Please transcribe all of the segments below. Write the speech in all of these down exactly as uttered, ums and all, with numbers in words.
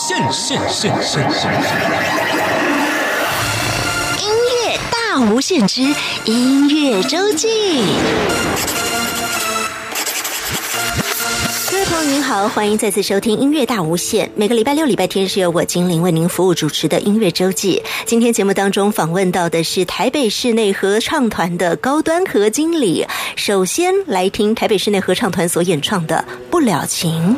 现现现现现音乐大无限之音乐周记。各位朋友您好，欢迎再次收听音乐大无限。每个礼拜六礼拜天是由我精灵为您服务主持的音乐周记。今天节目当中访问到的是台北室内合唱团的高端和经理。首先来听台北室内合唱团所演唱的《不了情》。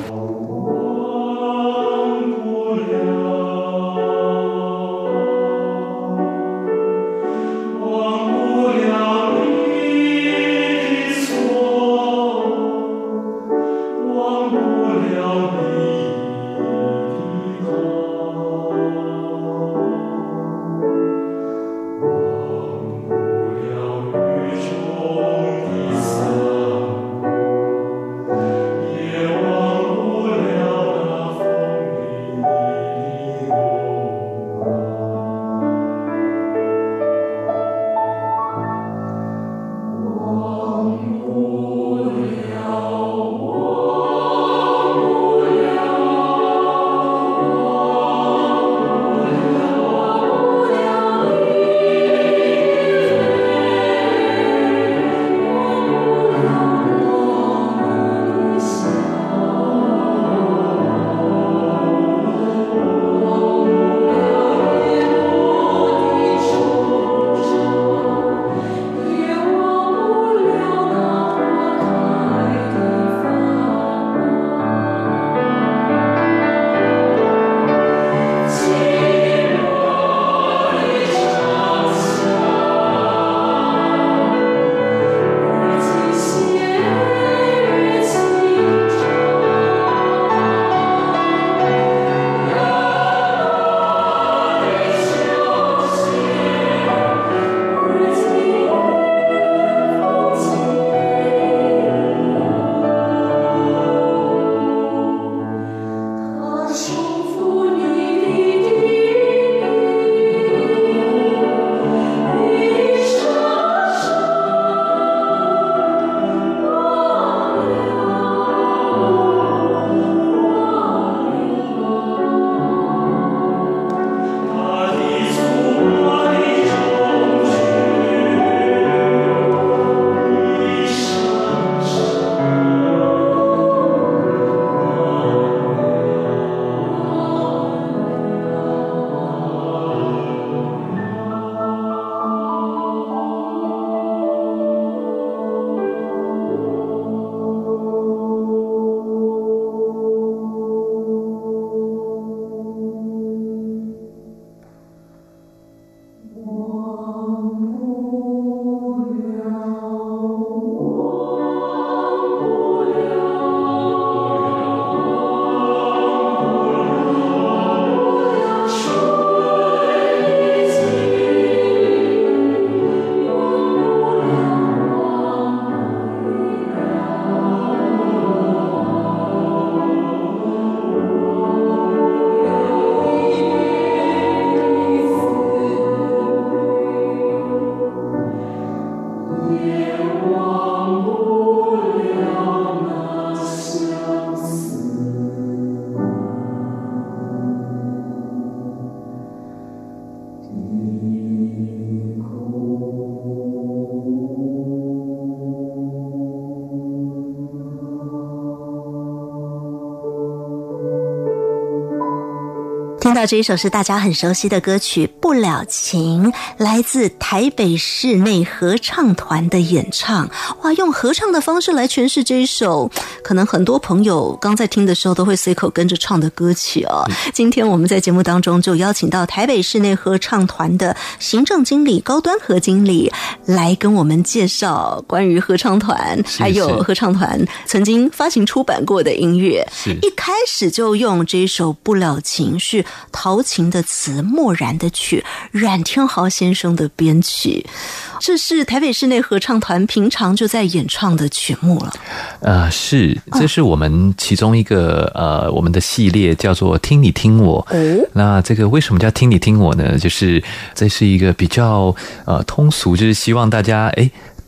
听到这一首是大家很熟悉的歌曲《不了情》，来自台北室内合唱团的演唱。哇，用合唱的方式来诠释这一首可能很多朋友刚在听的时候都会随口跟着唱的歌曲哦。今天我们在节目当中就邀请到台北室内合唱团的行政经理高端和经理来跟我们介绍关于合唱团还有合唱团曾经发行出版过的音乐。一开始就用这一首《不了情》，是陶琴的词，默然的曲，阮天豪先生的编曲。这是台北室内合唱团平常就在演唱的曲目了。 呃，是，这是我们其中一个、哦、呃，我们的系列叫做听你听我。哦，那这个为什么叫听你听我呢？就是这是一个比较呃通俗，就是希望大家哎。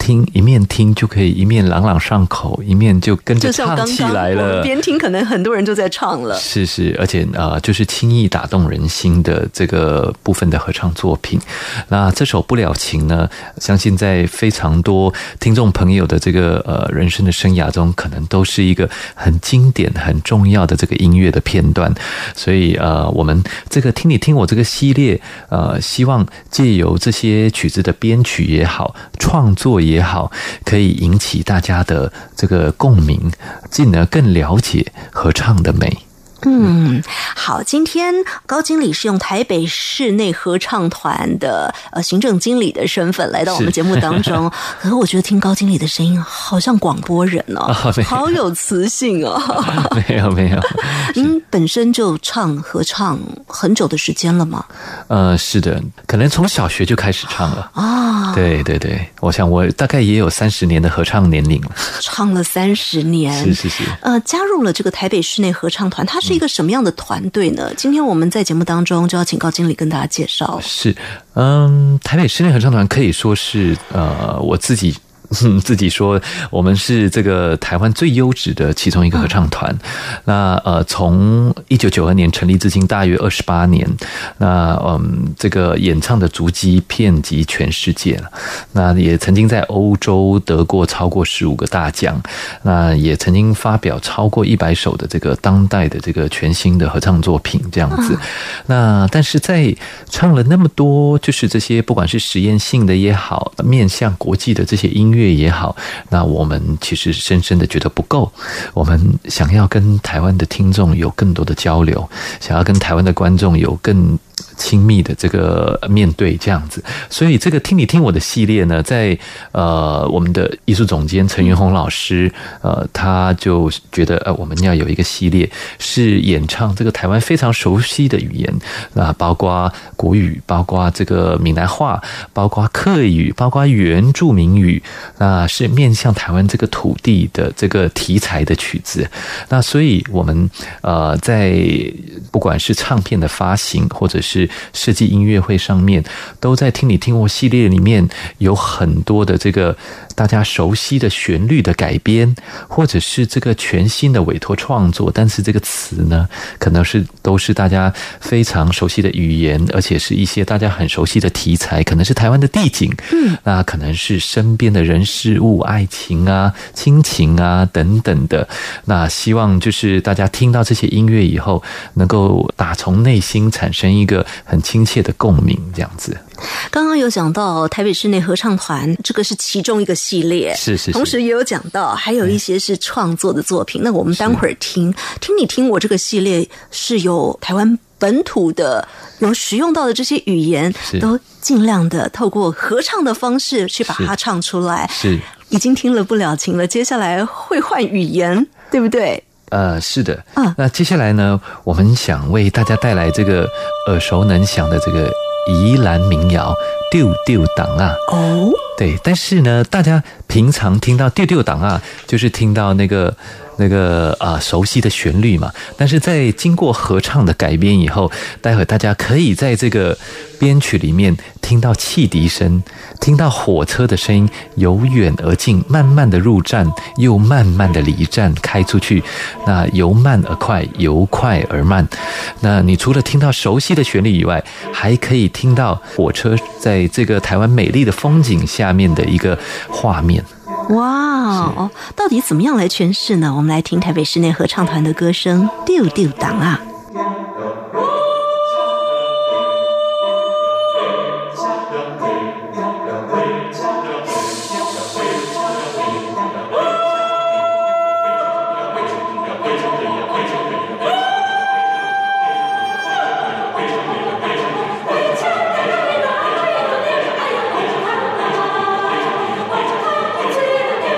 听，一面听就可以一面朗朗上口，一面就跟着唱起来了。 就像刚刚我们边听，可能很多人就在唱了。 是是，而且呃，就是轻易打动人心的这个部分的合唱作品。那这首《不了情》呢，相信在非常多听众朋友的这个呃人生的生涯中，可能都是一个很经典、很重要的这个音乐的片段。所以呃，我们这个听你听我这个系列，呃，希望借由这些曲子的编曲也好，创作也好，可以引起大家的这个共鸣，进而更了解合唱的美。 嗯，好，今天高经理是用台北室内合唱团的呃行政经理的身份来到我们节目当中，可是我觉得听高经理的声音好像广播人哦，哦好有磁性哦。 没有没有， 您本身就唱合唱很久的时间了吗？ 呃，是的，可能从小学就开始唱了啊。对对对，我想我大概也有三十年的合唱年龄了，唱了三十年， 是是是。 呃，加入了这个台北室内合唱团，它是一个什么样的团队呢？今天我们在节目当中就要请高经理跟大家介绍。 是，嗯，台北室内合唱团可以说是呃我自己。嗯，自己说我们是这个台湾最优质的其中一个合唱团。嗯、那呃，从一九九二年成立至今大约二十八年。那嗯，这个演唱的足迹遍及全世界了。那也曾经在欧洲得过超过十五个大奖。那也曾经发表超过一百首的这个当代的这个全新的合唱作品这样子。嗯、那但是在唱了那么多，就是这些不管是实验性的也好，面向国际的这些音乐。乐也好，那我们其实深深的觉得不够，我们想要跟台湾的听众有更多的交流，想要跟台湾的观众有更亲密的这个面对这样子，所以这个听你听我的系列呢，在呃我们的艺术总监陈云宏老师呃他就觉得呃我们要有一个系列是演唱这个台湾非常熟悉的语言，那包括国语，包括这个闽南话，包括客语，包括原住民语，那是面向台湾这个土地的这个题材的曲子。那所以我们呃在不管是唱片的发行或者是设计音乐会上面，都在听你听我系列里面有很多的这个大家熟悉的旋律的改编，或者是这个全新的委托创作，但是这个词呢可能是都是大家非常熟悉的语言，而且是一些大家很熟悉的题材，可能是台湾的地景，嗯，那可能是身边的人事物，爱情啊亲情啊等等的。那希望就是大家听到这些音乐以后，能够打从内心产生一个很亲切的共鸣这样子。 刚刚有讲到台北室内合唱团，这个是其中一个系列， 是是是， 同时也有讲到还有一些是创作的作品。那我们待会儿听听你听我这个系列是有台湾本土的有使用到的这些语言，都尽量的透过合唱的方式去把它唱出来。 是， 已经听了不了情了，接下来会换语言，对不对？ 呃，是的。嗯，那接下来呢，我们想为大家带来这个耳熟能详的这个宜兰民谣《丢丢党啊》。哦，对，但是呢，大家平常听到丢丢党啊，就是听到那个那个啊、呃、熟悉的旋律嘛。但是在经过合唱的改编以后，待会大家可以在这个编曲里面听到汽笛声，听到火车的声音，由远而近，慢慢的入站，又慢慢的离站，开出去。那由慢而快，由快而慢。那你除了听到熟悉的旋律以外，还可以听到火车在这个台湾美丽的风景下面的一个画面。 哇哦，到底怎么样来诠释呢？我们来听台北室内合唱团的歌声《丢丢党啊》。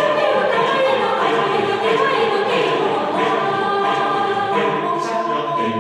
Thank you.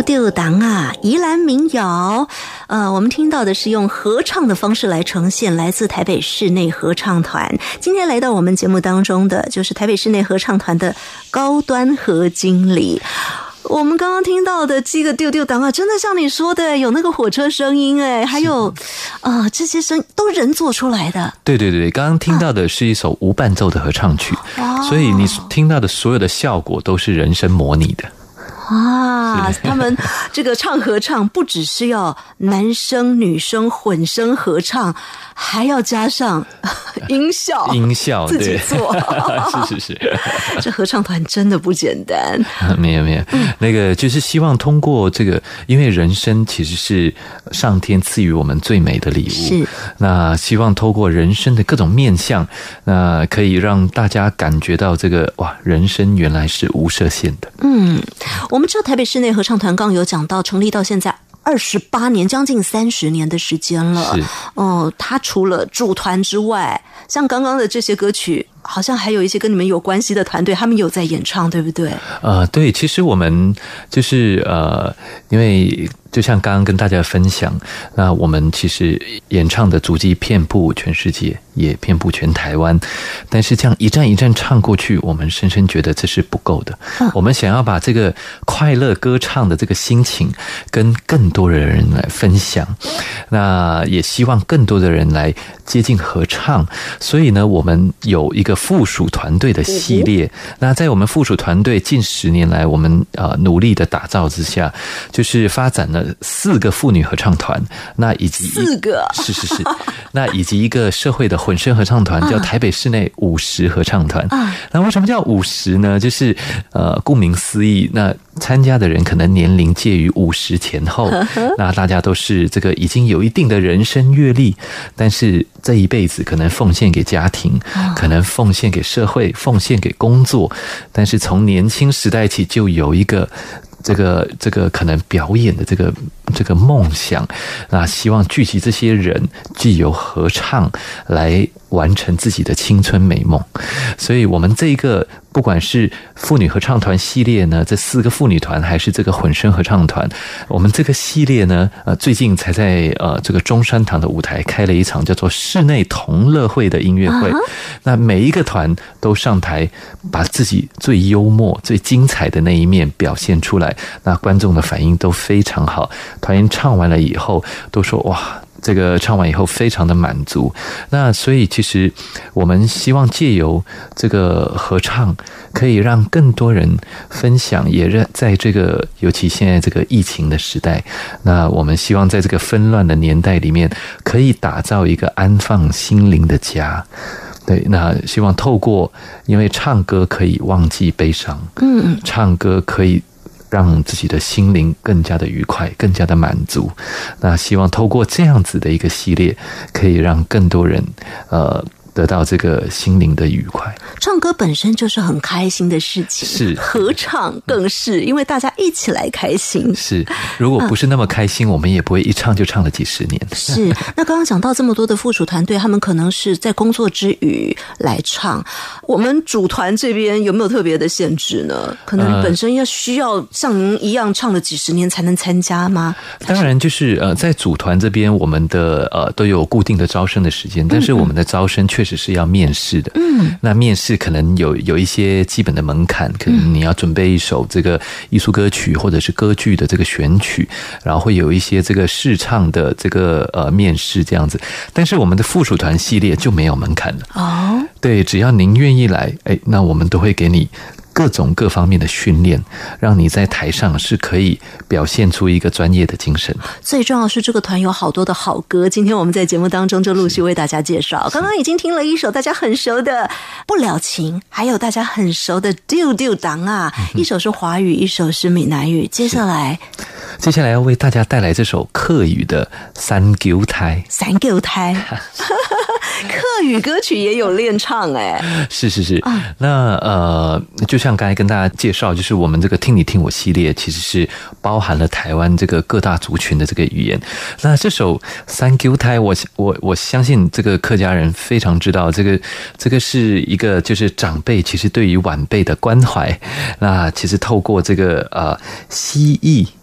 丢档啊，宜兰民谣。呃，我们听到的是用合唱的方式来呈现，来自台北室内合唱团。今天来到我们节目当中的就是台北室内合唱团的高端和经理。我们刚刚听到的这个丢丢档啊，真的像你说的，有那个火车声音哎，还有啊、呃、这些声都人做出来的。 对对对，刚刚听到的是一首无伴奏的合唱曲，啊、所以你听到的所有的效果都是人声模拟的。 啊，他们这个唱合唱不只是要男生女生混声合唱，还要加上音效， 音效自己做， 是是是， 这合唱团真的不简单。 没有没有，那个就是希望通过这个，因为人声其实是上天赐予我们最美的礼物， 是那希望透过人声的各种面向，那可以让大家感觉到这个哇，人声原来是无设限的。 嗯。我们知道台北室内合唱团刚有讲到成立到现在二十八年，将近三十年的时间了。哦、呃，他除了主团之外，像刚刚的这些歌曲，好像还有一些跟你们有关系的团队，他们有在演唱，对不对？ 呃，对，其实我们就是呃，因为就像刚刚跟大家分享，那我们其实演唱的足迹遍布全世界，也遍布全台湾，但是这样一站一站唱过去，我们深深觉得这是不够的。嗯、我们想要把这个快乐歌唱的这个心情跟更多的人来分享，那也希望更多的人来接近合唱，所以呢，我们有一个附属团队的系列。那在我们附属团队近十年来，我们呃努力的打造之下，就是发展了四个妇女合唱团，那以及四个是是是，那以及一个社会的混声合唱团，叫台北室内五十合唱团。啊、那为什么叫五十呢？就是呃，顾名思义，那参加的人可能年龄介于五十前后，那大家都是这个已经有一定的人生阅历，但是这一辈子可能奉献给家庭，可能奉献给社会，奉献给工作，但是从年轻时代起就有一个这个这个可能表演的这个这个梦想，那希望聚集这些人，藉由合唱来完成自己的青春美梦。所以我们这个不管是妇女合唱团系列呢，这四个妇女团，还是这个混声合唱团，我们这个系列呢，呃，最近才在呃这个中山堂的舞台开了一场叫做室内同乐会的音乐会。Uh-huh. 那每一个团都上台，把自己最幽默、最精彩的那一面表现出来，那观众的反应都非常好。团员唱完了以后，都说哇。这个唱完以后非常的满足，那所以其实我们希望借由这个合唱，可以让更多人分享，也在这个尤其现在这个疫情的时代，那我们希望在这个纷乱的年代里面，可以打造一个安放心灵的家。对，那希望透过，因为唱歌可以忘记悲伤，嗯，唱歌可以让自己的心灵更加的愉快，更加的满足。那希望透过这样子的一个系列，可以让更多人呃得到这个心灵的愉快。 唱歌本身就是很开心的事情， 是合唱更是，因为大家一起来开心。 是，如果不是那么开心，嗯、我们也不会一唱就唱了几十年。 是，那刚刚讲到这么多的附属团队，他们可能是在工作之余来唱。我们主团这边有没有特别的限制呢？可能本身要需要像您一样唱了几十年才能参加吗？ 当然，就是呃，在组团这边，我们的呃都有固定的招生的时间，但是我们的招生确实是要面试的。嗯，那面试可能有有一些基本的门槛，可能你要准备一首这个艺术歌曲或者是歌剧的这个选曲，然后会有一些这个试唱的这个呃面试这样子。但是我们的附属团系列就没有门槛了。哦，对，只要您愿意来，哎，那我们都会给你各种各方面的训练，让你在台上是可以表现出一个专业的精神。 最重要的是这个团有好多的好歌，今天我们在节目当中就陆续为大家介绍。刚刚已经听了一首大家很熟的不了情，还有大家很熟的丢丢档啊，一首是华语，一首是闽南语。接下来接下来要为大家带来这首客语的三九胎三九胎客语歌曲也有练唱哎、欸， 是是是。啊、那呃，就像刚才跟大家介绍，就是我们这个听你听我系列，其实是包含了台湾这个各大族群的这个语言。那这首三九胎，我我我相信这个客家人非常知道，这个这个是一个就是长辈其实对于晚辈的关怀。那其实透过这个呃蜥蜴。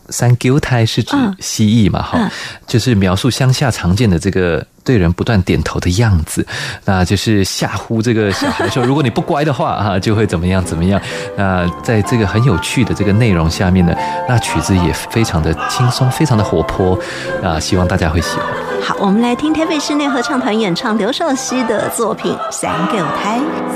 三九胎是指蜥蜴嘛，哈、嗯嗯，就是描述乡下常见的这个对人不断点头的样子，那就是吓唬这个小孩说，如果你不乖的话啊，就会怎么样怎么样。那在这个很有趣的这个内容下面呢，那曲子也非常的轻松，非常的活泼啊，希望大家会喜欢。 好，我们来听台北室内合唱团演唱刘少熙的作品《三九胎》。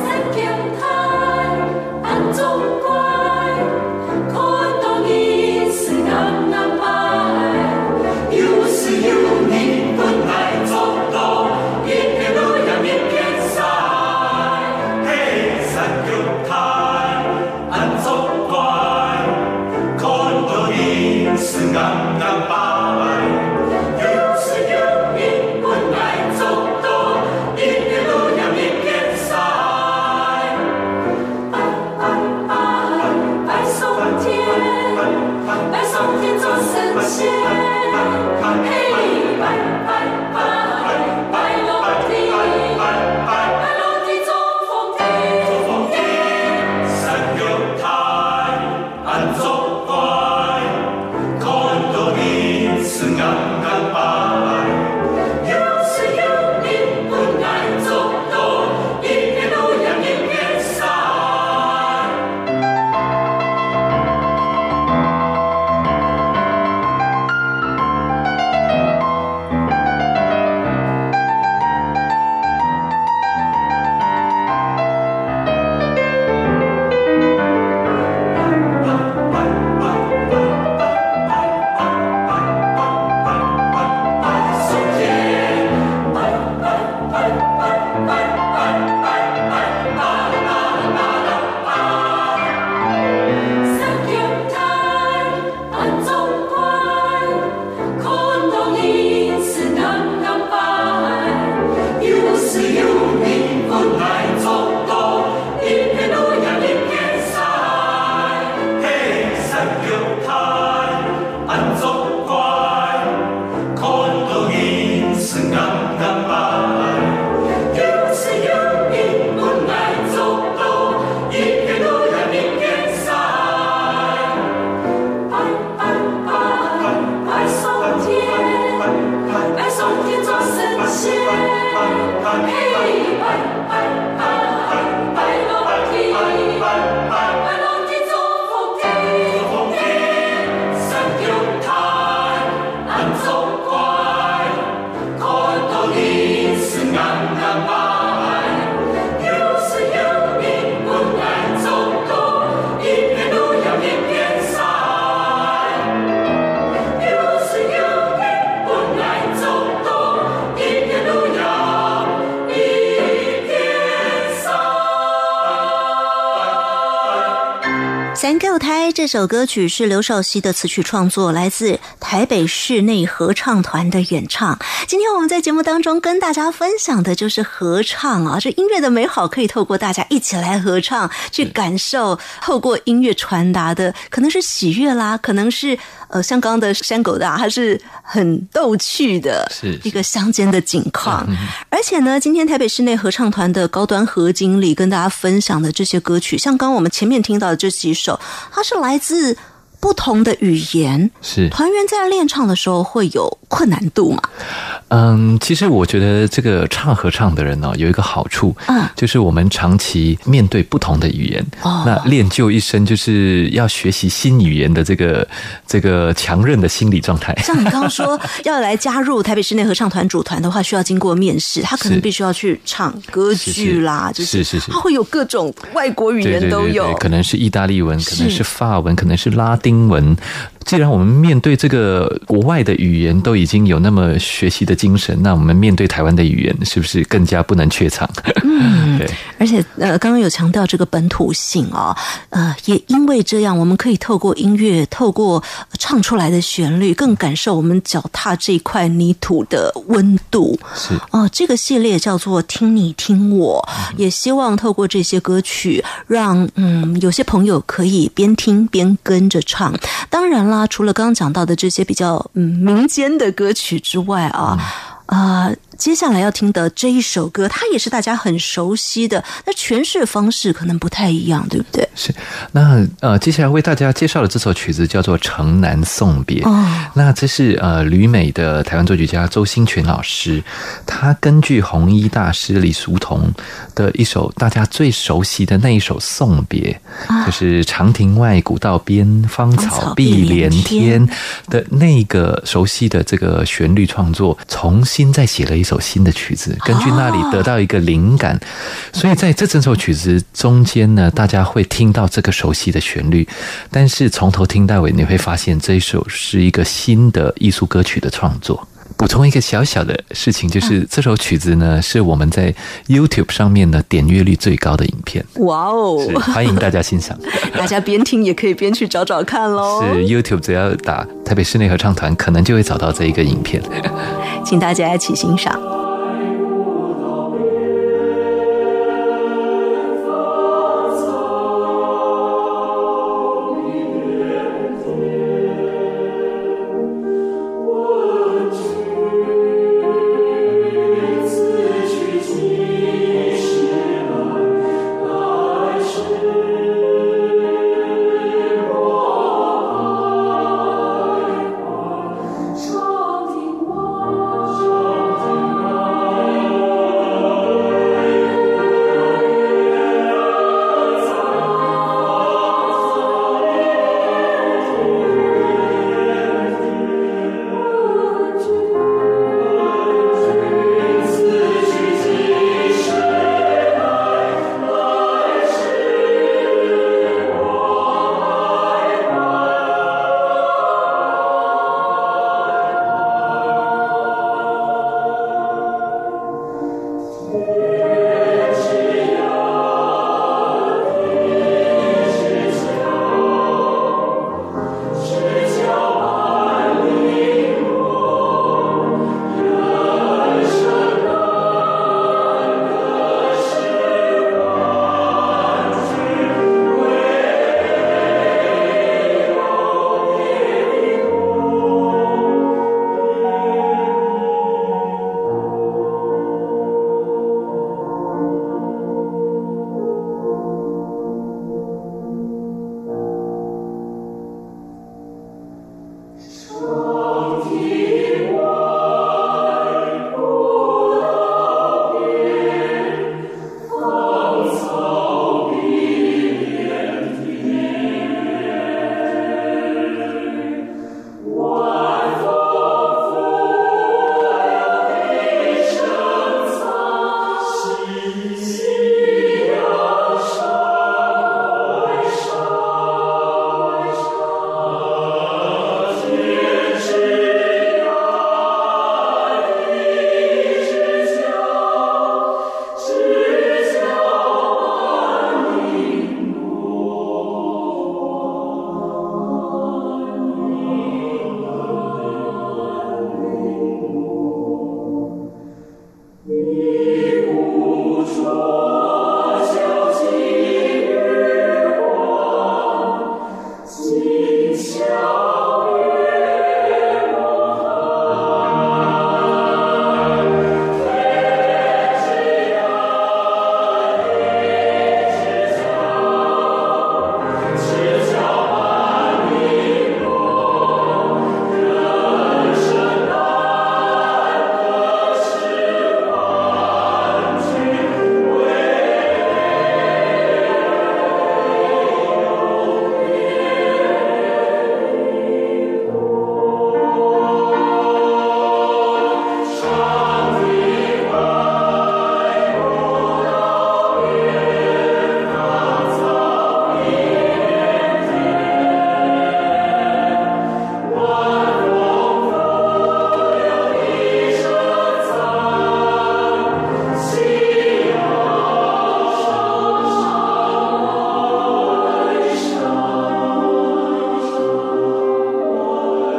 三九胎这首歌曲是刘少熙的词曲创作，来自台北室内合唱团的演唱。今天我们在节目当中跟大家分享的就是合唱啊，这音乐的美好可以透过大家一起来合唱，去感受透过音乐传达的可能是喜悦啦，可能是呃像刚刚的山狗的、啊、它是很逗趣的一个乡间的景况。而且呢，今天台北室内合唱团的高端合经理跟大家分享的这些歌曲，像刚刚我们前面听到的这几首，它是来自不同的语言， 是团员在练唱的时候会有困难度吗？ 嗯，其实我觉得这个唱合唱的人呢、哦，有一个好处，嗯，就是我们长期面对不同的语言，哦，那练就一生就是要学习新语言的这个这个强韧的心理状态。 像你刚刚说要来加入台北室内合唱团组团的话，需要经过面试，他可能必须要去唱歌剧啦，是是是是，他会有各种外国语言都有，对对对对， 可能是意大利文，可能是法文，可能是拉丁文。既然我们面对这个国外的语言都已经有那么学习的精神，那我们面对台湾的语言是不是更加不能怯场？嗯，对。 而且呃，刚刚有强调这个本土性哦，呃，也因为这样，我们可以透过音乐，透过唱出来的旋律，更感受我们脚踏这块泥土的温度。 是哦、呃，这个系列叫做“听你听我”，嗯、也希望透过这些歌曲，让嗯有些朋友可以边听边跟着唱。当然了。除了刚刚讲到的这些比较嗯民间的歌曲之外啊，啊、呃， 接下来要听的这一首歌，它也是大家很熟悉的，那诠释方式可能不太一样，对不对？ 是。那呃，接下来为大家介绍的这首曲子叫做《城南送别》。哦，那这是呃旅美的台湾作曲家周兴群老师，他根据红衣大师李叔同的一首大家最熟悉的那一首送别，啊、就是长亭外古道边，芳草碧连天的那个熟悉的这个旋律创作，重新再写了一首新的曲子，根据那里得到一个灵感，所以在这整首曲子中间呢，大家会听到这个熟悉的旋律，但是从头听到尾，你会发现这一首是一个新的艺术歌曲的创作。补充一个小小的事情，就是这首曲子呢，是我们在 YouTube 上面呢点阅率最高的影片。 哇哦！ 欢迎大家欣赏。 大家边听也可以边去找找看咯。 是 YouTube 只要打台北室内合唱团，可能就会找到这一个影片。 请大家一起欣赏。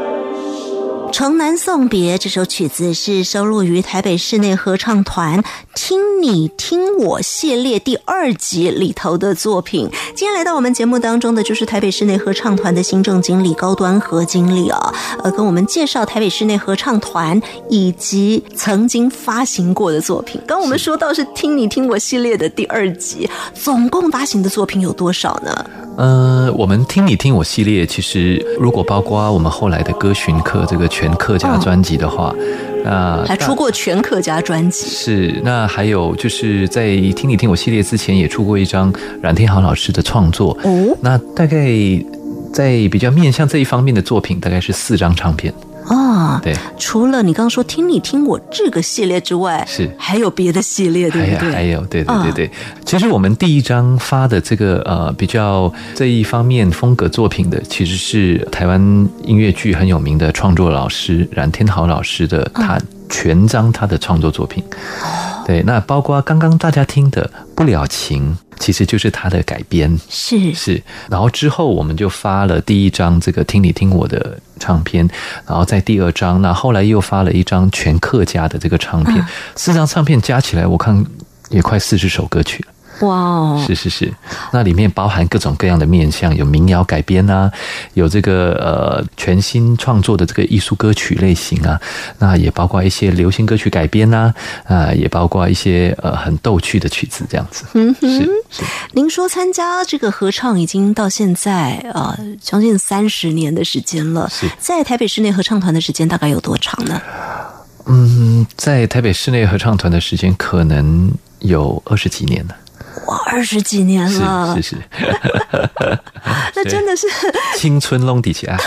城南送别这首曲子是收录于台北室内合唱团听你听我系列第二集里头的作品。今天来到我们节目当中的就是台北室内合唱团的行政经理高端和经理啊，呃，跟我们介绍台北室内合唱团以及曾经发行过的作品。刚我们说到是听你听我系列的第二集，总共发行的作品有多少呢？ 呃，我们听你听我系列，其实如果包括我们后来的歌寻客这个全客家专辑的话，那、嗯、 还出过全客家专辑。 是，那还有就是在听你听我系列之前，也出过一张冉天豪老师的创作。哦，那大概在比较面向这一方面的作品，大概是四张唱片。 哦， 对， 除了你刚刚说听你听我这个系列之外， 是还有别的系列，对不对？ 还有，对对对对。啊、其实我们第一张发的这个呃比较这一方面风格作品的，其实是台湾音乐剧很有名的创作老师冉天豪老师的他全张他的创作作品。哦，对，那包括刚刚大家听的《不了情》。其实就是他的改编， 是是，然后之后我们就发了第一张这个听你听我的唱片，然后在第二张，那后来又发了一张全客家的这个唱片，嗯、四张唱片加起来，我看也快四十首歌曲了。 哇哦！ 是是是，那里面包含各种各样的面向，有民谣改编啊，有这个呃全新创作的这个艺术歌曲类型啊，那也包括一些流行歌曲改编啊，啊、呃，也包括一些呃很逗趣的曲子这样子。 嗯哼， 是是。 您说参加这个合唱已经到现在呃将近三十年的时间了， 是在台北室内合唱团的时间大概有多长呢？ 嗯，在台北室内合唱团的时间可能有二十几年了。 哇，二十几年了， 是是是， 那真的是青春弄底起来。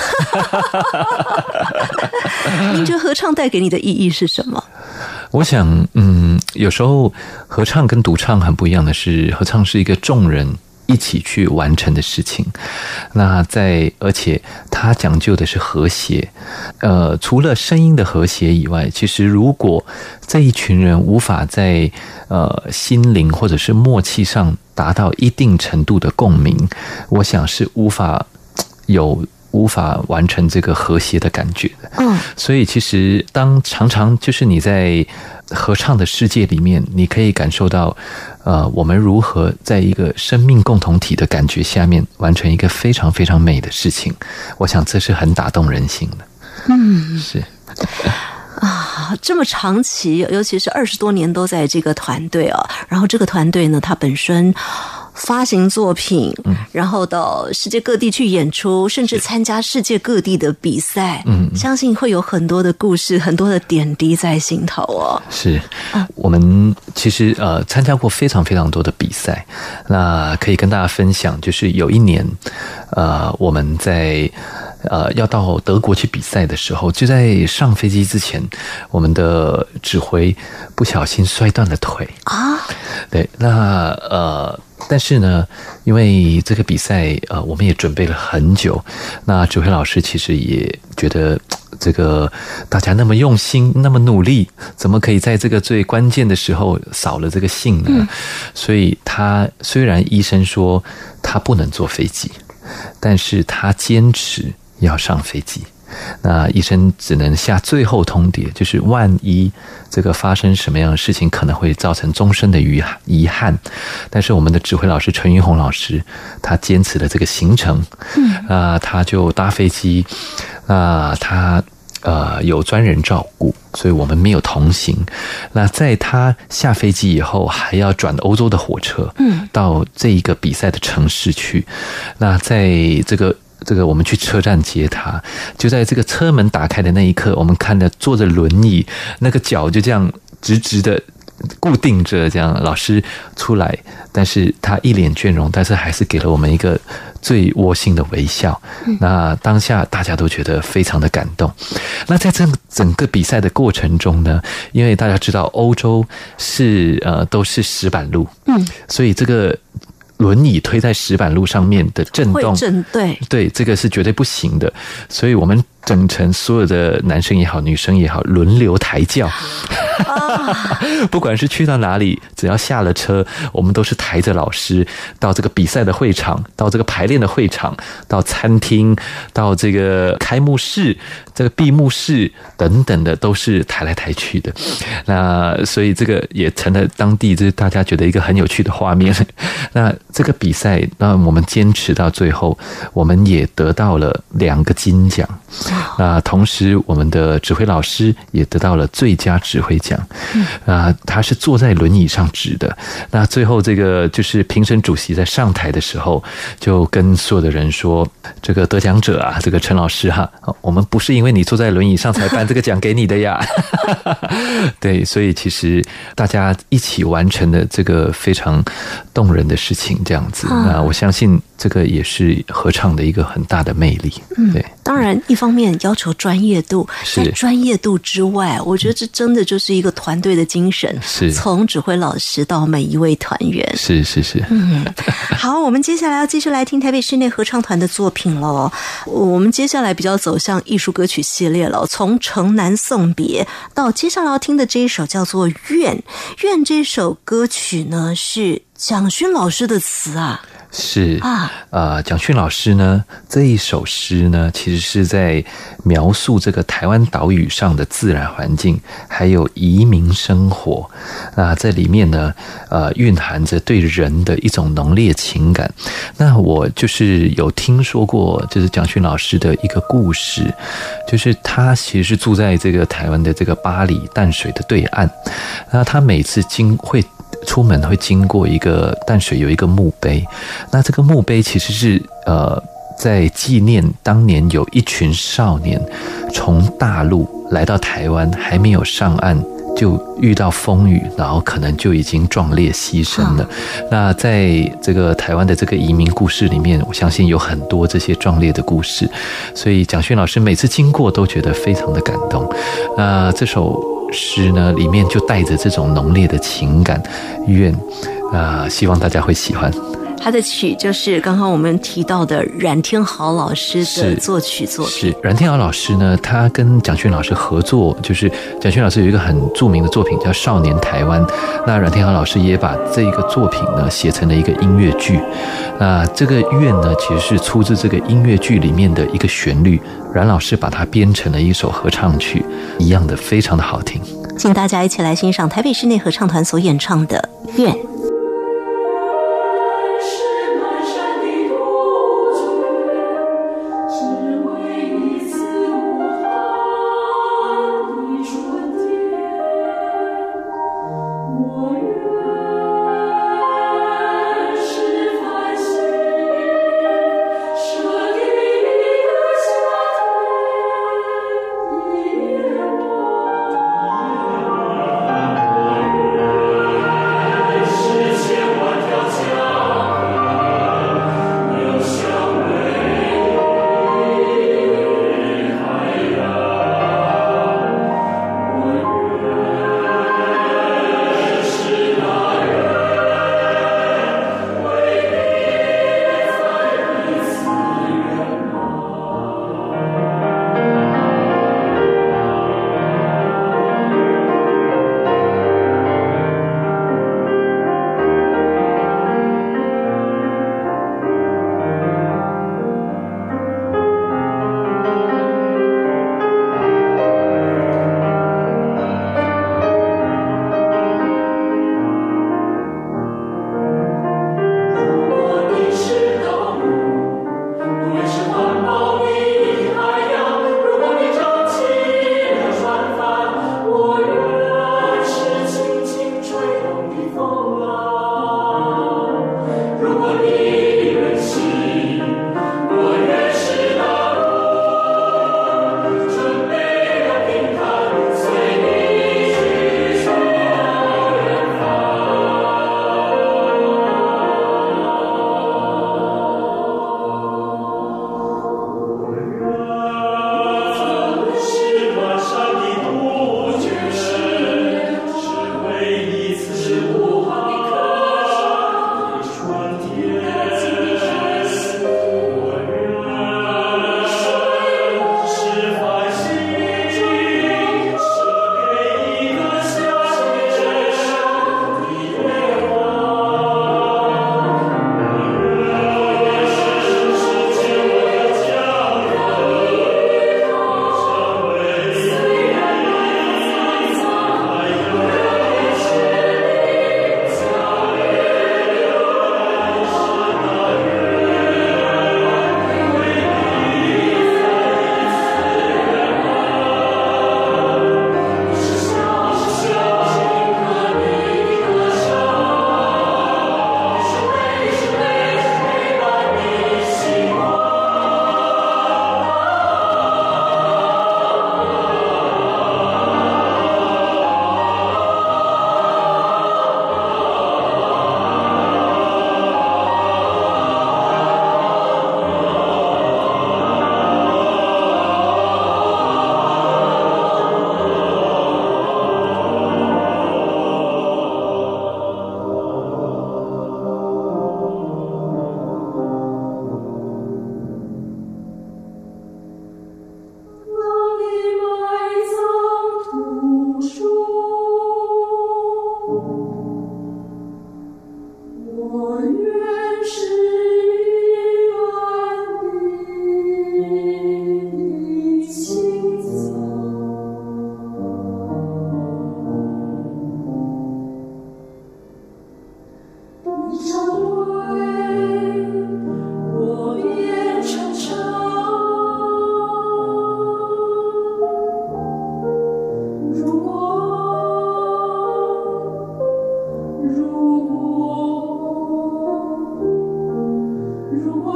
您觉得合唱带给你的意义是什么？ 我想，嗯，有时候合唱跟独唱很不一样的是，合唱是一个众人一起去完成的事情。那在而且它讲究的是和谐，呃，除了声音的和谐以外，其实如果这一群人无法在呃心灵或者是默契上达到一定程度的共鸣，我想是无法有无法完成这个和谐的感觉的。嗯，所以其实当常常就是你在合唱的世界里面，你可以感受到呃，我们如何在一个生命共同体的感觉下面完成一个非常非常美的事情。我想这是很打动人心的。嗯，是啊，这么长期，尤其是二十多年都在这个团队啊，然后这个团队呢，它本身发行作品，嗯，然后到世界各地去演出，甚至参加世界各地的比赛，嗯，相信会有很多的故事，很多的点滴在心头哦。 是，我们其实呃参加过非常非常多的比赛，那可以跟大家分享，就是有一年，呃，我们在。呃，要到德国去比赛的时候，就在上飞机之前，我们的指挥不小心摔断了腿啊。对，那呃，但是呢，因为这个比赛，呃，我们也准备了很久。那指挥老师其实也觉得，这个大家那么用心，那么努力，怎么可以在这个最关键的时候少了这个幸呢？嗯、所以他虽然医生说他不能坐飞机，但是他坚持要上飞机，那医生只能下最后通牒，就是万一这个发生什么样的事情，可能会造成终身的遗憾。但是我们的指挥老师陈云宏老师，他坚持了这个行程，嗯，那他就搭飞机，那他呃有专人照顾，所以我们没有同行。那在他下飞机以后，还要转欧洲的火车，嗯，到这一个比赛的城市去。那在这个。这个我们去车站接他，就在这个车门打开的那一刻，我们看着坐着轮椅，那个脚就这样直直的固定着，这样老师出来，但是他一脸倦容，但是还是给了我们一个最窝心的微笑。那当下大家都觉得非常的感动。那在这整个比赛的过程中呢，因为大家知道欧洲是呃都是石板路，嗯，所以这个。轮椅推在石板路上面的震动， 会震，对对，这个是绝对不行的。所以我们整程所有的男生也好，女生也好，轮流抬轿。 啊、不管是去到哪里，只要下了车，我们都是抬着老师到这个比赛的会场，到这个排练的会场，到餐厅，到这个开幕式、这个闭幕式等等的，都是抬来抬去的。那所以这个也成了当地就是大家觉得一个很有趣的画面。那这个比赛，那我们坚持到最后，我们也得到了两个金奖。那同时，我们的指挥老师也得到了最佳指挥奖。啊，他是坐在轮椅上指的。那最后这个就是评审主席在上台的时候，就跟所有的人说：“这个得奖者啊，这个陈老师哈，我们不是因为你坐在轮椅上才颁这个奖给你的呀。”对，所以其实大家一起完成的这个非常动人的事情，这样子。那我相信这个也是合唱的一个很大的魅力。对， 嗯、当然一方面要求专业度，在专业度之外，我觉得这真的就是一个团队的精神， 是从指挥老师到每一位团员。 是是是。 嗯，好，我们接下来要继续来听台北室内合唱团的作品了。我们接下来比较走向艺术歌曲系列了，从城南送别到接下来要听的这一首叫做《愿》。《愿》这首歌曲呢是蒋勋老师的词啊。 是啊，呃，蒋勋老师呢这一首诗呢，其实是在描述这个台湾岛屿上的自然环境，还有移民生活。那在里面呢，呃，蕴含着对人的一种浓烈情感。那我就是有听说过，就是蒋勋老师的一个故事，就是他其实是住在这个台湾的这个八里淡水的对岸。那他每次经会。出门会经过一个淡水有一个墓碑，那这个墓碑其实是呃在纪念当年有一群少年从大陆来到台湾，还没有上岸就遇到风雨，然后可能就已经壮烈牺牲了。那在这个台湾的这个移民故事里面，我相信有很多这些壮烈的故事，所以蒋勋老师每次经过都觉得非常的感动。那这首诗呢，里面就带着这种浓烈的情感，愿啊、呃，希望大家会喜欢。 他的曲就是刚刚我们提到的阮天豪老师的作曲作品。 是阮天豪老师呢，他跟蒋勋老师合作，就是蒋勋老师有一个很著名的作品叫《少年台湾》，那阮天豪老师也把这个作品呢写成了一个音乐剧。那这个愿呢，其实是出自这个音乐剧里面的一个旋律，阮老师把它编成了一首合唱曲，一样的非常的好听。 请大家一起来欣赏台北室内合唱团所演唱的《愿》。 是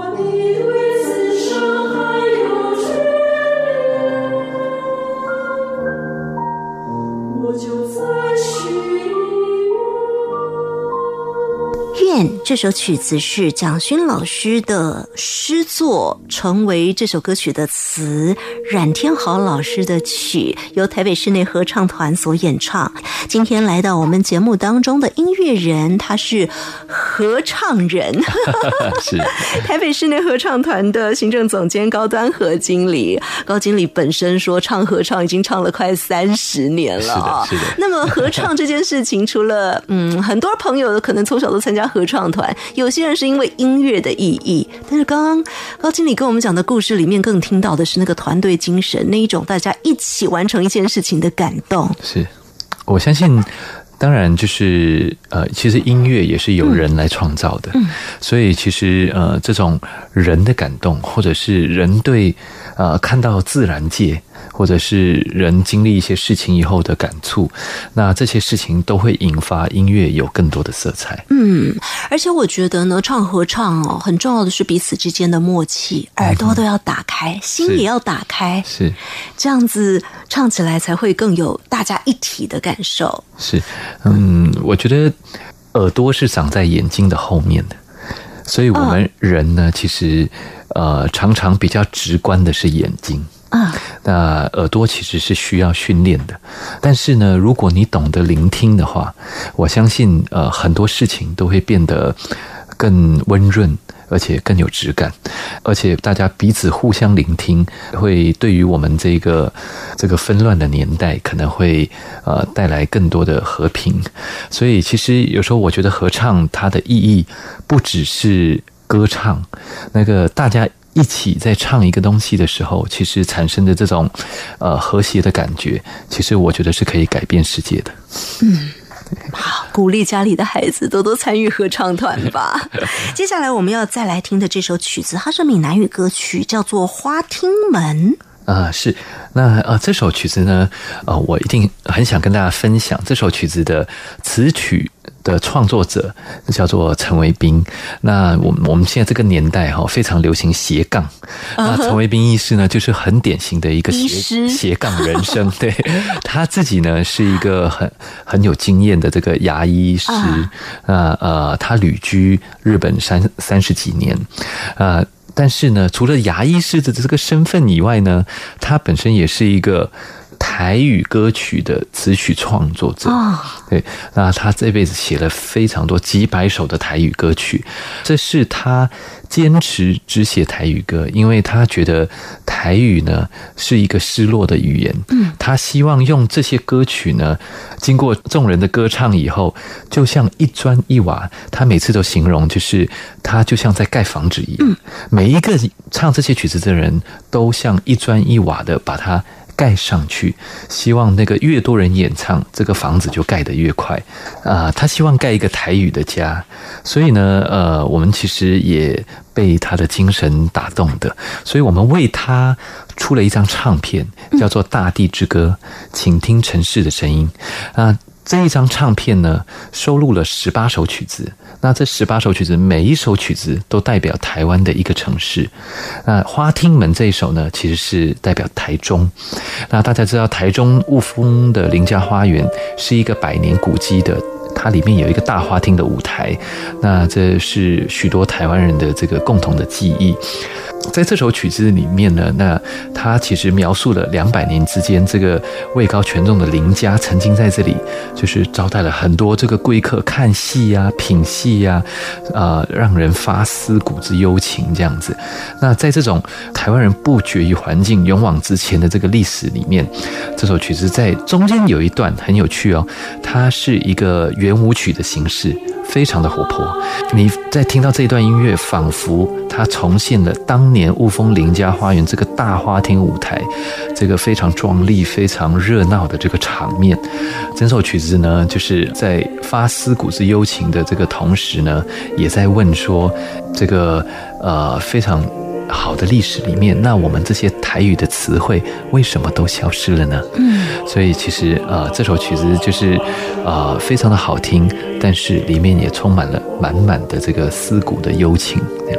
这首曲子是蒋勋老师的诗作，成为这首歌曲的词，冉天豪老师的曲，由台北室内合唱团所演唱。今天来到我们节目当中的音乐人，他是合唱人是台北室内合唱团的行政总监高端和经理。高经理本身说唱合唱已经唱了快三十年了， 是的，是的。 那么合唱这件事情，除了嗯很多朋友可能从小都参加合唱团，有些人是因为音乐的意义，但是刚刚高经理跟我们讲的故事里面，更听到的是那个团队精神，那一种大家一起完成一件事情的感动。 是，我相信当然就是呃，其实音乐也是由人来创造的，嗯，所以其实呃，这种人的感动，或者是人对呃看到自然界，或者是人经历一些事情以后的感触，那这些事情都会引发音乐有更多的色彩。 嗯，而且我觉得呢，唱合唱哦，很重要的是彼此之间的默契，耳朵都要打开，嗯，心也要打开， 是这样子唱起来才会更有大家一体的感受。 是，嗯，我觉得耳朵是长在眼睛的后面的，所以我们人呢，哦，其实呃常常比较直观的是眼睛。啊，那耳朵其实是需要训练的，但是呢，如果你懂得聆听的话，我相信呃很多事情都会变得更温润，而且更有质感，而且大家彼此互相聆听，会对于我们这个这个纷乱的年代，可能会呃带来更多的和平。所以其实有时候我觉得合唱它的意义不只是歌唱，那个大家一起在唱一个东西的时候，其实产生的这种呃和谐的感觉，其实我觉得是可以改变世界的。 嗯，好，鼓励家里的孩子多多参与合唱团吧。接下来我们要再来听的这首曲子，它是闽南语歌曲，叫做《花厅门》。 啊、呃，是，那呃，这首曲子呢，呃，我一定很想跟大家分享这首曲子的词曲的创作者叫做陈维斌。那我们我们现在这个年代哈，非常流行斜杠。那陈维斌医师呢，就是很典型的一个斜斜杠人生。对，他自己呢是一个很很有经验的这个牙医师。那呃，他旅居日本三三十几年，啊。但是呢，除了牙医师的这个身份以外呢，他本身也是一个台语歌曲的词曲创作者。哦，对，那他这辈子写了非常多几百首的台语歌曲，这是他坚持只写台语歌，因为他觉得台语呢是一个失落的语言。嗯，他希望用这些歌曲呢，经过众人的歌唱以后，就像一砖一瓦，他每次都形容就是他就像在盖房子一样。嗯，每一个唱这些曲子的人都像一砖一瓦的把它盖上去，希望那个越多人演唱，这个房子就盖得越快啊、呃！他希望盖一个台语的家，所以呢，呃，我们其实也被他的精神打动的，所以我们为他出了一张唱片，叫做《大地之歌》，请听城市的声音啊。呃这一张唱片呢，收录了十八首曲子。那这十八首曲子，每一首曲子都代表台湾的一个城市。那花厅门这一首呢，其实是代表台中。那大家知道，台中雾峰的林家花园是一个百年古迹的，它里面有一个大花厅的舞台。那这是许多台湾人的这个共同的记忆。在这首曲子里面呢，那它其实描述了两百年之间，这个位高权重的林家曾经在这里就是招待了很多这个贵客看戏啊、品戏啊，呃，让人发思古之幽情这样子。那在这种台湾人不绝于环境、勇往直前的这个历史里面，这首曲子在中间有一段很有趣哦，它是一个圆舞曲的形式，非常的活泼。你在听到这一段音乐，仿佛它重现了当年雾峰林家花园这个大花厅舞台，这个非常壮丽、非常热闹的这个场面。整首曲子呢，就是在发思古之幽情的这个同时呢，也在问说，这个呃非常好的历史里面，那我们这些台语的词汇为什么都消失了呢？嗯，所以其实呃这首曲子就是呃非常的好听，但是里面也充满了满满的这个思古的幽情，这样。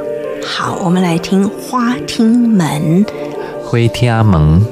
好，我们来听花厅门。 花厅门。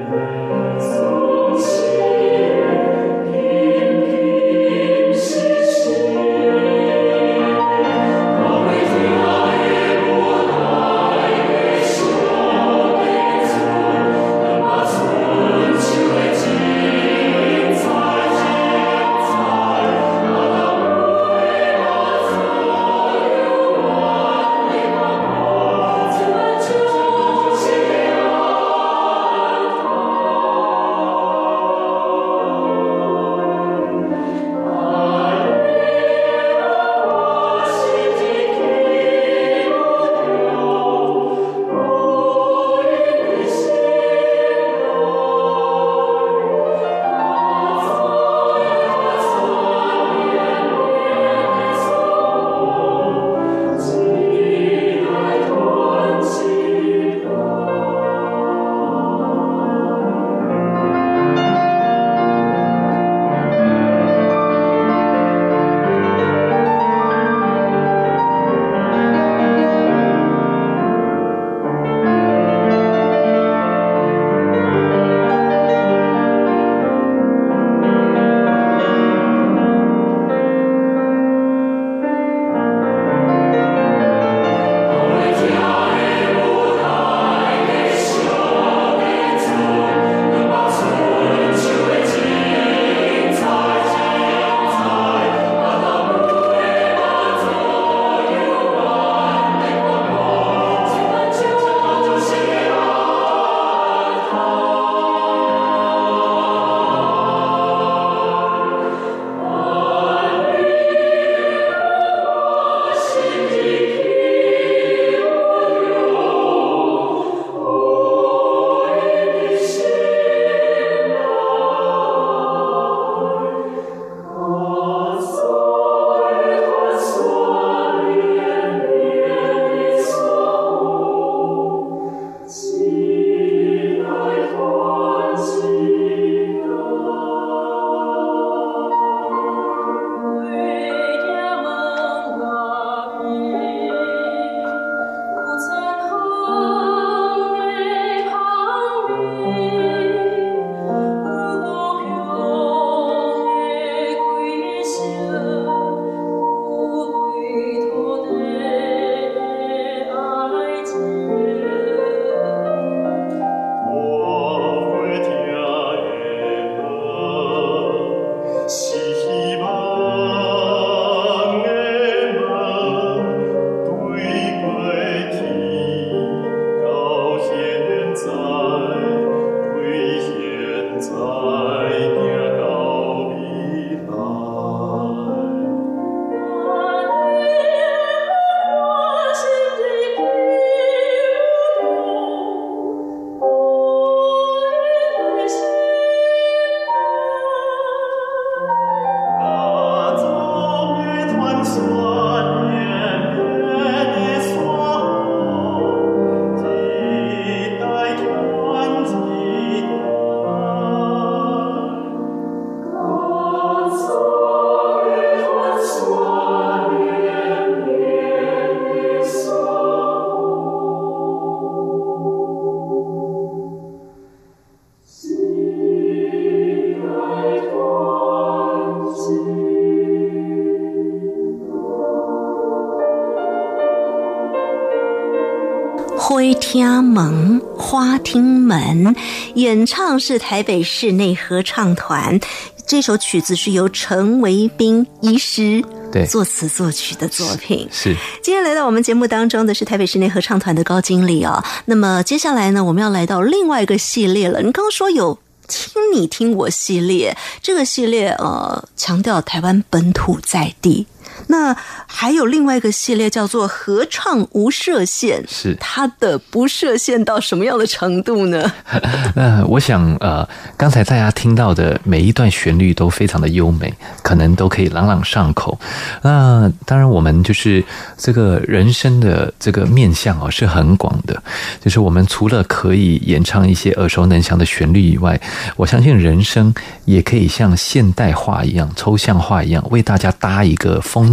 花厅门，花厅门，演唱是台北室内合唱团。这首曲子是由陈维斌医师对作词作曲的作品。 是。 今天来到我们节目当中的是台北室内合唱团的高经理哦。那么接下来呢，我们要来到另外一个系列了。你刚刚说有听你听我系列，这个系列呃强调台湾本土在地。那还有另外一个系列叫做合唱无设限， 是它的不设限到什么样的程度呢？ 那我想呃，刚才大家听到的每一段旋律都非常的优美，可能都可以朗朗上口。那当然我们就是这个人声的这个面向哦是很广的，就是我们除了可以演唱一些耳熟能详的旋律以外，我相信人声也可以像现代化一样抽象化一样为大家搭一个风景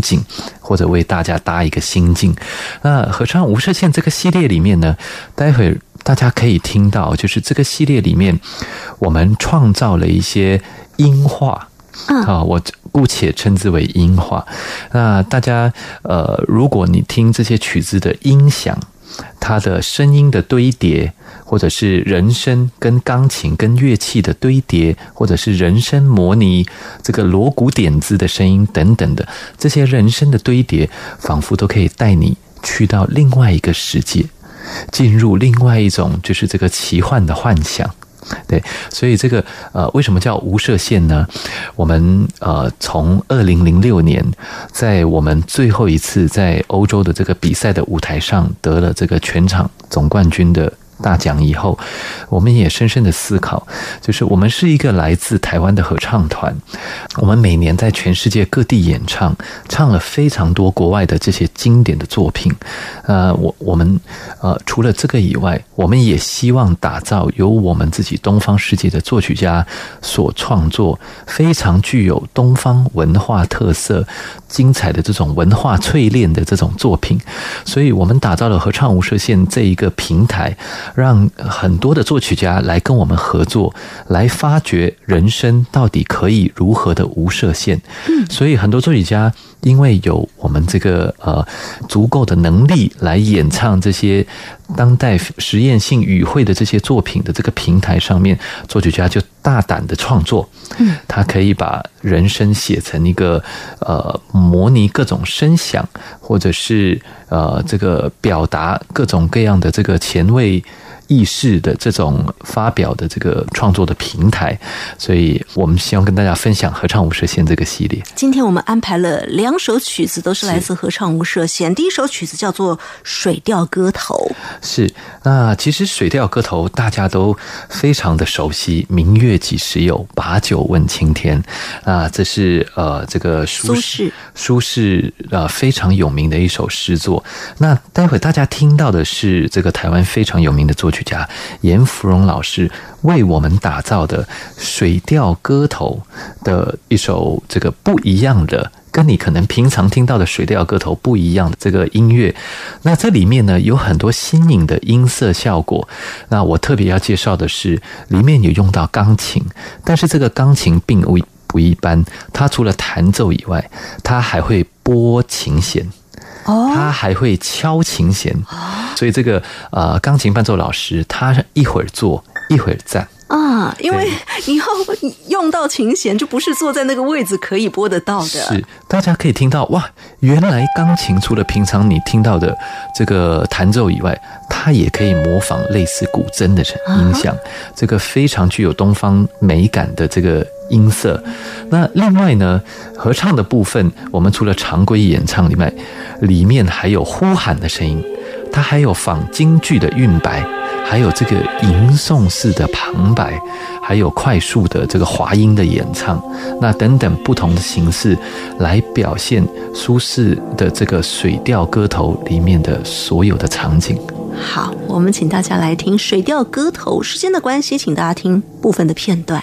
境，或者为大家搭一个心境。那合唱无设限这个系列里面呢，待会大家可以听到，就是这个系列里面我们创造了一些音画。啊，我姑且称之为音画。那大家呃，如果你听这些曲子的音响，它的声音的堆叠，或者是人声跟钢琴跟乐器的堆叠，或者是人声模拟这个锣鼓点子的声音等等的，这些人声的堆叠，仿佛都可以带你去到另外一个世界，进入另外一种就是这个奇幻的幻想。对，所以这个呃，为什么叫无设限呢？我们呃，从二零零六年，在我们最后一次在欧洲的这个比赛的舞台上得了这个全场总冠军的大奖以后，我们也深深的思考，就是我们是一个来自台湾的合唱团，我们每年在全世界各地演唱，唱了非常多国外的这些经典的作品。呃，我我们呃除了这个以外，我们也希望打造由我们自己东方世界的作曲家所创作，非常具有东方文化特色、精彩的这种文化淬炼的这种作品。所以我们打造了合唱无设限这一个平台，让很多的作曲家来跟我们合作，来发掘人生到底可以如何的无设限。所以很多作曲家因为有我们这个呃足够的能力来演唱这些当代实验性语汇的这些作品的这个平台上面，作曲家就大胆的创作，他可以把人声写成一个呃模拟各种声响，或者是呃这个表达各种各样的这个前卫意识的这种发表的这个创作的平台。所以我们希望跟大家分享合唱无设限这个系列。 今天我们安排了两首曲子，都是来自合唱无设限。第一首曲子叫做《水调歌头》。 是，那其实水调歌头大家都非常的熟悉，明月几时有，把酒问青天。啊，这是呃这个苏轼苏轼呃非常有名的一首诗作。那待会大家听到的是这个台湾非常有名的作曲家严芙蓉老师为我们打造的水调歌头的一首这个不一样的，跟你可能平常听到的水调歌头不一样的这个音乐。那这里面呢有很多新颖的音色效果。那我特别要介绍的是，里面有用到钢琴，但是这个钢琴并不一般，它除了弹奏以外，它还会拨琴弦。他还会敲琴弦，所以这个呃钢琴伴奏老师，他一会儿坐一会儿站啊，因为你要用到琴弦，就不是坐在那个位置可以拨得到的。 是，大家可以听到哇，原来钢琴除了平常你听到的这个弹奏以外，它也可以模仿类似古筝的音响，啊、这个非常具有东方美感的这个音色。那另外呢，合唱的部分，我们除了常规演唱里面，里面还有呼喊的声音，它还有仿京剧的韵白，还有这个吟诵式的旁白，还有快速的这个滑音的演唱，那等等不同的形式来表现苏轼的这个水调歌头里面的所有的场景。 好，我们请大家来听水调歌头。时间的关系，请大家听部分的片段。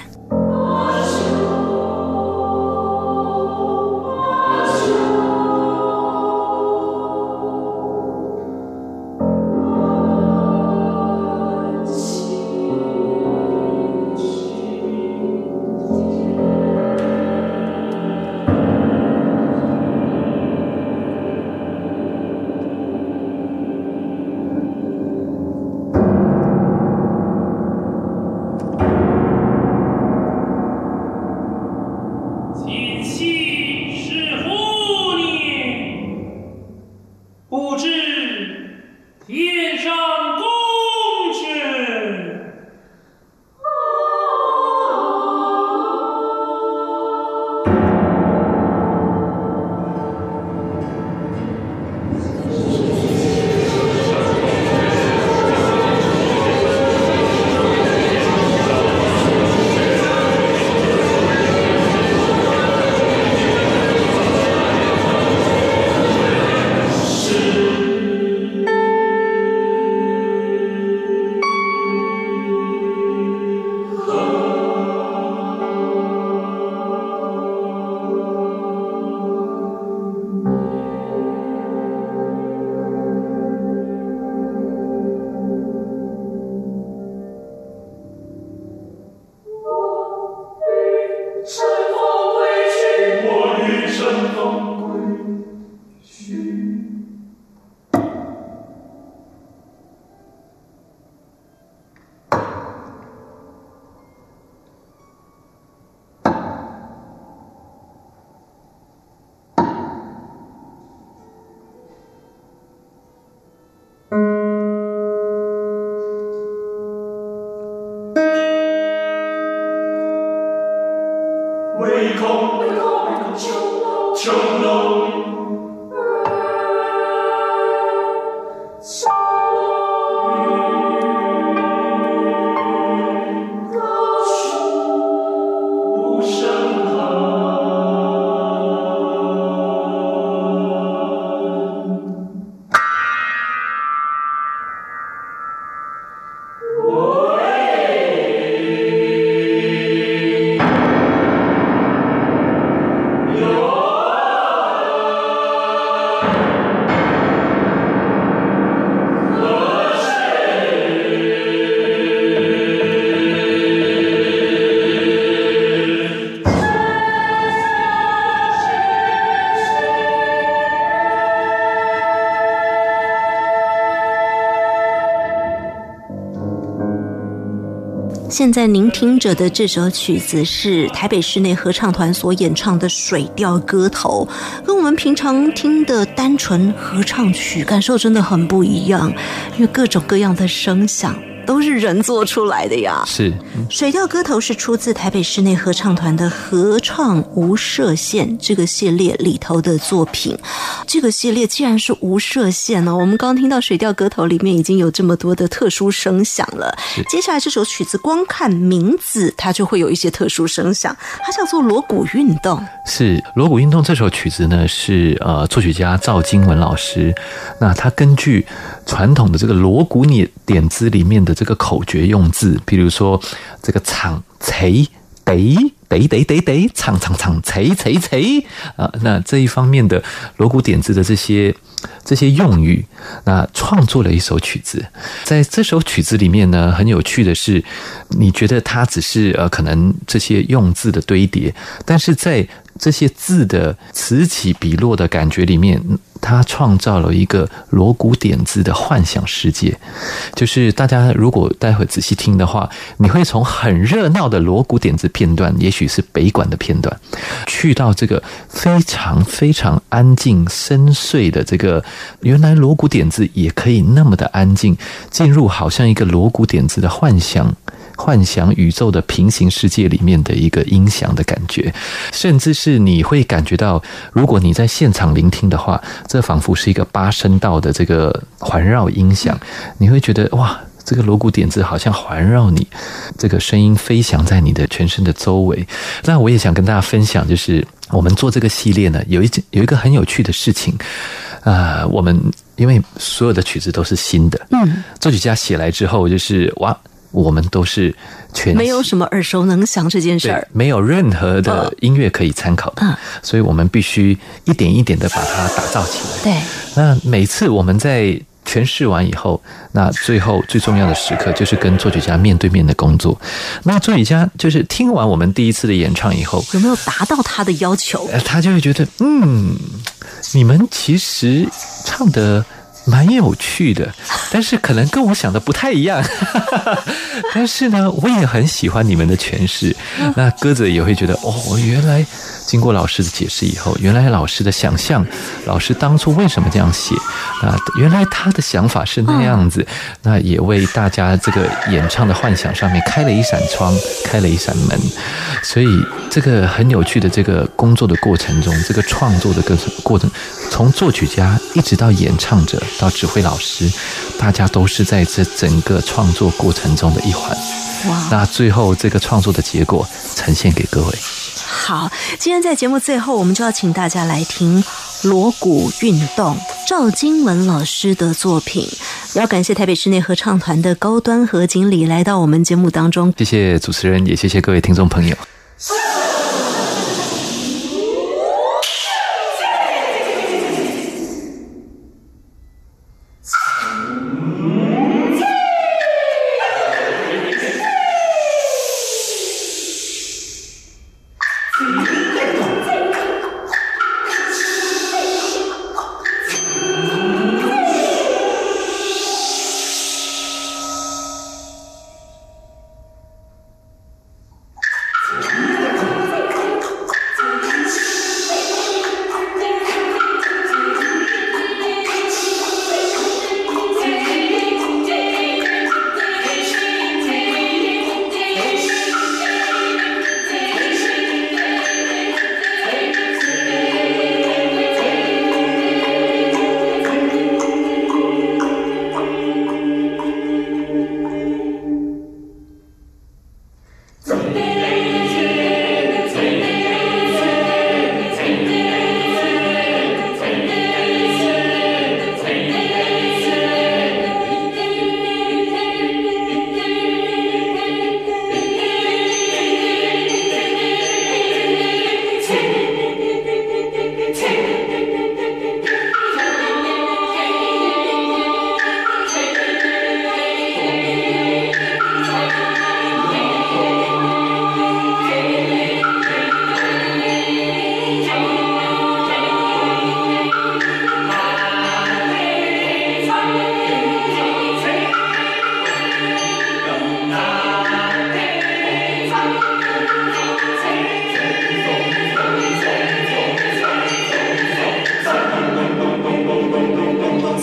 现在您听着的这首曲子是台北室内合唱团所演唱的《水调歌头》，跟我们平常听的单纯合唱曲感受真的很不一样，因为各种各样的声响都是人做出来的呀。 是， 水调歌头是出自台北室内合唱团的合唱无设限这个系列里头的作品。这个系列既然是无设限呢，我们刚刚听到水调歌头里面已经有这么多的特殊声响了，接下来这首曲子光看名字它就会有一些特殊声响，它叫做锣鼓运动。 是锣鼓运动这首曲子呢，是呃作曲家赵金文老师，那他根据传统的这个锣鼓点子里面的这个口诀用字，比如说这个唱贼得得得得得唱唱唱贼贼贼啊，那这一方面的锣鼓点子的这些这些用语，那创作了一首曲子。在这首曲子里面呢，很有趣的是，你觉得它只是呃可能这些用字的堆叠，但是在这些字的此起彼落的感觉里面，他创造了一个锣鼓点子的幻想世界。就是大家如果待会仔细听的话，你会从很热闹的锣鼓点子片段，也许是北管的片段，去到这个非常非常安静深邃的这个，原来锣鼓点子也可以那么的安静，进入好像一个锣鼓点子的幻想幻想宇宙的平行世界里面的一个音响的感觉，甚至是你会感觉到，如果你在现场聆听的话，这仿佛是一个八声道的这个环绕音响，你会觉得哇，这个锣鼓点子好像环绕你，这个声音飞翔在你的全身的周围。那我也想跟大家分享，就是我们做这个系列呢，有一有一个很有趣的事情啊、呃，我们因为所有的曲子都是新的，嗯，作曲家写来之后，就是哇。我们都是全没有什么耳熟能详这件事儿， 没有任何的音乐可以参考的、嗯、所以我们必须一点一点的把它打造起来。 对， 那每次我们在诠释完以后，那最后最重要的时刻就是跟作曲家面对面的工作。那作曲家就是听完我们第一次的演唱以后， 有没有达到他的要求？ 他就会觉得，嗯，你们其实唱的蛮有趣的，但是可能跟我想的不太一样。但是呢，我也很喜欢你们的诠释。那鸽子也会觉得，哦，原来经过老师的解释以后，原来老师的想象，老师当初为什么这样写，那原来他的想法是那样子。那也为大家这个演唱的幻想上面开了一扇窗，开了一扇门。所以这个很有趣的这个工作的过程中，这个创作的过程，从作曲家一直到演唱者到指挥老师，大家都是在这整个创作过程中的一环。哇！那最后这个创作的结果呈现给各位。 好，今天在节目最后，我们就要请大家来听锣鼓运动，赵金文老师的作品。要感谢台北室内合唱团的高端和经理来到我们节目当中。 谢谢主持人，也谢谢各位听众朋友。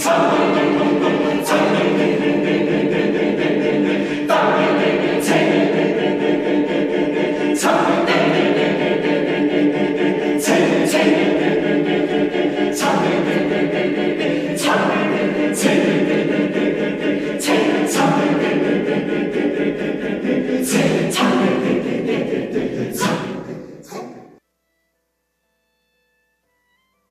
苍。